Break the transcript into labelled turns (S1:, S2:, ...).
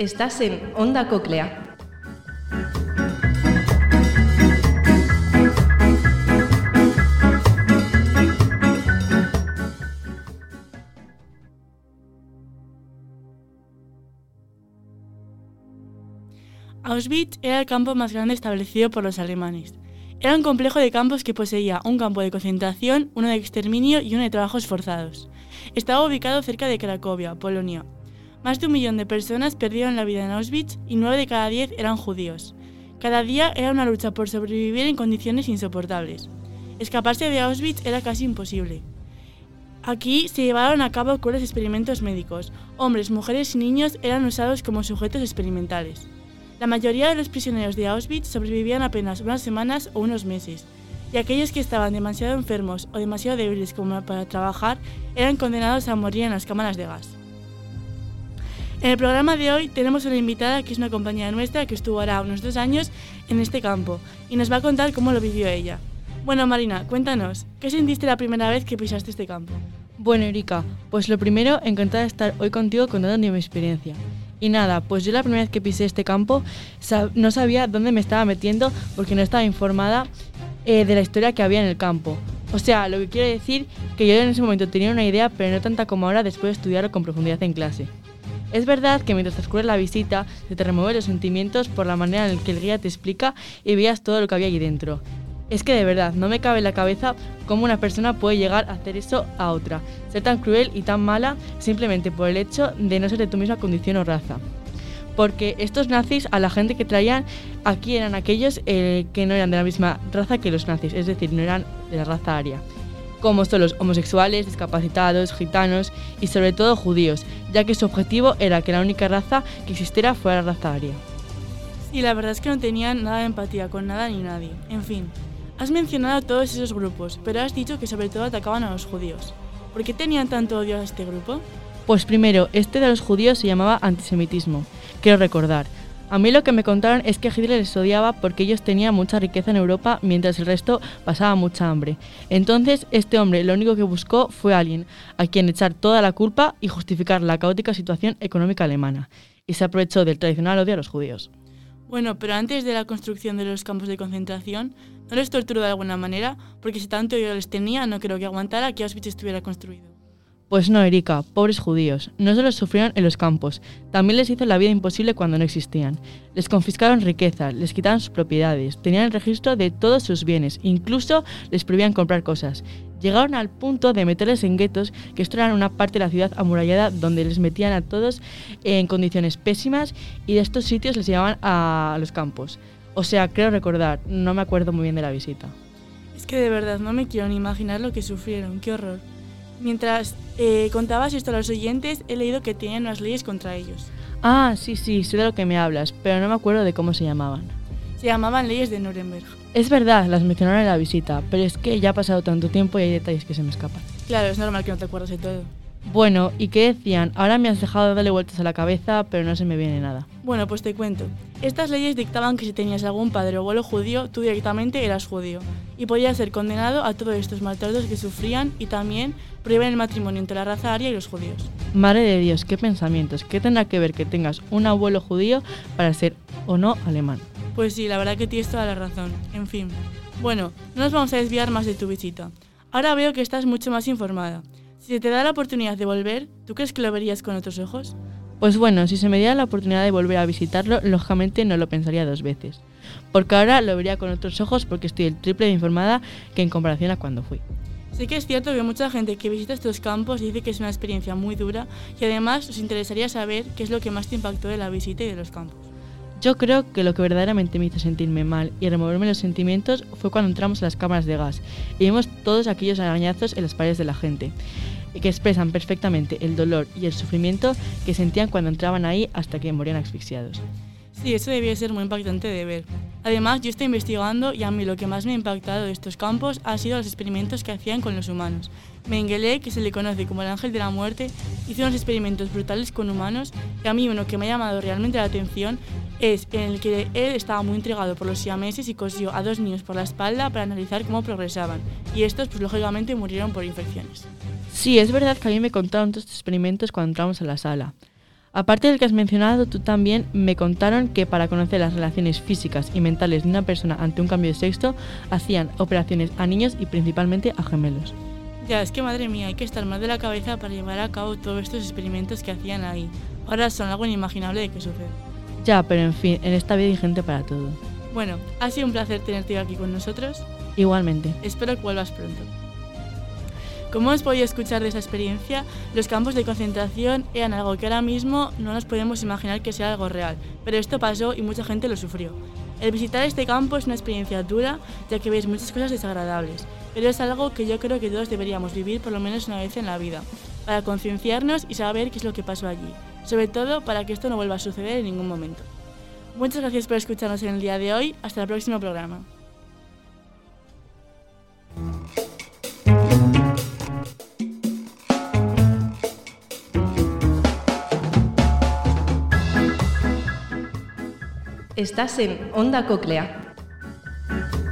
S1: Estás en Onda Cóclea.
S2: Auschwitz era el campo más grande establecido por los alemanes. Era un complejo de campos que poseía un campo de concentración, uno de exterminio y uno de trabajos forzados. Estaba ubicado cerca de Cracovia, Polonia. Más de 1 millón de personas perdieron la vida en Auschwitz y 9 de cada 10 eran judíos. Cada día era una lucha por sobrevivir en condiciones insoportables. Escaparse de Auschwitz era casi imposible. Aquí se llevaron a cabo crueles experimentos médicos. Hombres, mujeres y niños eran usados como sujetos experimentales. La mayoría de los prisioneros de Auschwitz sobrevivían apenas unas semanas o unos meses, y aquellos que estaban demasiado enfermos o demasiado débiles como para trabajar eran condenados a morir en las cámaras de gas. En el programa de hoy tenemos una invitada que es una compañera nuestra que estuvo ahora unos 2 años en este campo y nos va a contar cómo lo vivió ella. Bueno, Marina, cuéntanos, ¿qué sentiste la primera vez que pisaste este campo?
S3: Bueno, Erika, pues lo primero, encantada de estar hoy contigo contando mi experiencia. Y nada, pues yo la primera vez que pisé este campo no sabía dónde me estaba metiendo porque no estaba informada de la historia que había en el campo. O sea, lo que quiero decir que yo en ese momento tenía una idea, pero no tanta como ahora después de estudiarlo con profundidad en clase. Es verdad que mientras transcurre la visita se te remueven los sentimientos por la manera en la que el guía te explica y veas todo lo que había allí dentro. Es que de verdad no me cabe en la cabeza cómo una persona puede llegar a hacer eso a otra, ser tan cruel y tan mala simplemente por el hecho de no ser de tu misma condición o raza. Porque estos nazis, a la gente que traían aquí eran aquellos que no eran de la misma raza que los nazis, es decir, no eran de la raza aria, como son los homosexuales, discapacitados, gitanos y sobre todo judíos, ya que su objetivo era que la única raza que existiera fuera la raza aria.
S2: Sí, la verdad es que no tenían nada de empatía con nada ni nadie. En fin, has mencionado todos esos grupos, pero has dicho que sobre todo atacaban a los judíos. ¿Por qué tenían tanto odio a este grupo?
S3: Pues primero, este de los judíos se llamaba antisemitismo, quiero recordar. A mí lo que me contaron es que Hitler les odiaba porque ellos tenían mucha riqueza en Europa mientras el resto pasaba mucha hambre. Entonces, este hombre lo único que buscó fue a alguien a quien echar toda la culpa y justificar la caótica situación económica alemana. Y se aprovechó del tradicional odio a los judíos.
S2: Bueno, pero antes de la construcción de los campos de concentración, ¿no les torturó de alguna manera? Porque si tanto odio les tenía, no creo que aguantara que Auschwitz estuviera construido.
S3: Pues no, Erika, pobres judíos. No solo sufrieron en los campos, también les hizo la vida imposible cuando no existían. Les confiscaron riqueza, les quitaron sus propiedades, tenían el registro de todos sus bienes, incluso les prohibían comprar cosas. Llegaron al punto de meterles en guetos, que esto era una parte de la ciudad amurallada donde les metían a todos en condiciones pésimas y de estos sitios les llevaban a los campos. O sea, creo recordar, no me acuerdo muy bien de la visita.
S2: Es que de verdad no me quiero ni imaginar lo que sufrieron, qué horror. Mientras contabas esto a los oyentes, he leído que tenían unas leyes contra ellos.
S3: Ah, sí, sé de lo que me hablas, pero no me acuerdo de cómo se llamaban.
S2: Se llamaban leyes de Nuremberg.
S3: Es verdad, las mencionaron en la visita, pero es que ya ha pasado tanto tiempo y hay detalles que se me escapan.
S2: Claro, es normal que no te acuerdes de todo.
S3: Bueno, ¿y qué decían? Ahora me has dejado darle vueltas a la cabeza, pero no se me viene nada.
S2: Bueno, pues te cuento. Estas leyes dictaban que si tenías algún padre o abuelo judío, tú directamente eras judío y podías ser condenado a todos estos maltratos que sufrían y también prohíben el matrimonio entre la raza aria y los judíos. Madre
S3: de Dios, qué pensamientos. ¿Qué tendrá que ver que tengas un abuelo judío para ser o no alemán?
S2: Pues sí, la verdad que tienes toda la razón. En fin. Bueno, no nos vamos a desviar más de tu visita. Ahora veo que estás mucho más informada. Si te da la oportunidad de volver, ¿tú crees que lo verías con otros ojos?
S3: Pues bueno, si se me diera la oportunidad de volver a visitarlo, lógicamente no lo pensaría 2 veces. Porque ahora lo vería con otros ojos porque estoy el triple de informada que en comparación a cuando fui.
S2: Sí que es cierto que mucha gente que visita estos campos dice que es una experiencia muy dura y además os interesaría saber qué es lo que más te impactó de la visita y de los campos.
S3: Yo creo que lo que verdaderamente me hizo sentirme mal y removerme los sentimientos fue cuando entramos a las cámaras de gas y vimos todos aquellos arañazos en las paredes de la gente, que expresan perfectamente el dolor y el sufrimiento que sentían cuando entraban ahí hasta que morían asfixiados.
S2: Sí, eso debía ser muy impactante de ver. Además, yo estoy investigando y a mí lo que más me ha impactado de estos campos ha sido los experimentos que hacían con los humanos. Mengele, que se le conoce como el ángel de la muerte, hizo unos experimentos brutales con humanos y a mí uno que me ha llamado realmente la atención es en el que él estaba muy intrigado por los siameses y cosió a 2 niños por la espalda para analizar cómo progresaban y estos pues lógicamente murieron por infecciones.
S3: Sí, es verdad que a mí me contaron todos estos experimentos cuando entramos a la sala. Aparte del que has mencionado, tú también me contaron que para conocer las relaciones físicas y mentales de una persona ante un cambio de sexo, hacían operaciones a niños y principalmente a gemelos.
S2: Ya, es que madre mía, hay que estar mal de la cabeza para llevar a cabo todos estos experimentos que hacían ahí. Ahora son algo inimaginable de que sucede.
S3: Ya, pero en fin, en esta vida hay gente para todo.
S2: Bueno, ha sido un placer tenerte aquí con nosotros.
S3: Igualmente.
S2: Espero que vuelvas pronto. Como hemos podido escuchar de esa experiencia, los campos de concentración eran algo que ahora mismo no nos podemos imaginar que sea algo real, pero esto pasó y mucha gente lo sufrió. El visitar este campo es una experiencia dura, ya que ves muchas cosas desagradables, pero es algo que yo creo que todos deberíamos vivir por lo menos una vez en la vida, para concienciarnos y saber qué es lo que pasó allí, sobre todo para que esto no vuelva a suceder en ningún momento. Muchas gracias por escucharnos en el día de hoy, hasta el próximo programa.
S1: Estás en Onda Cóclea.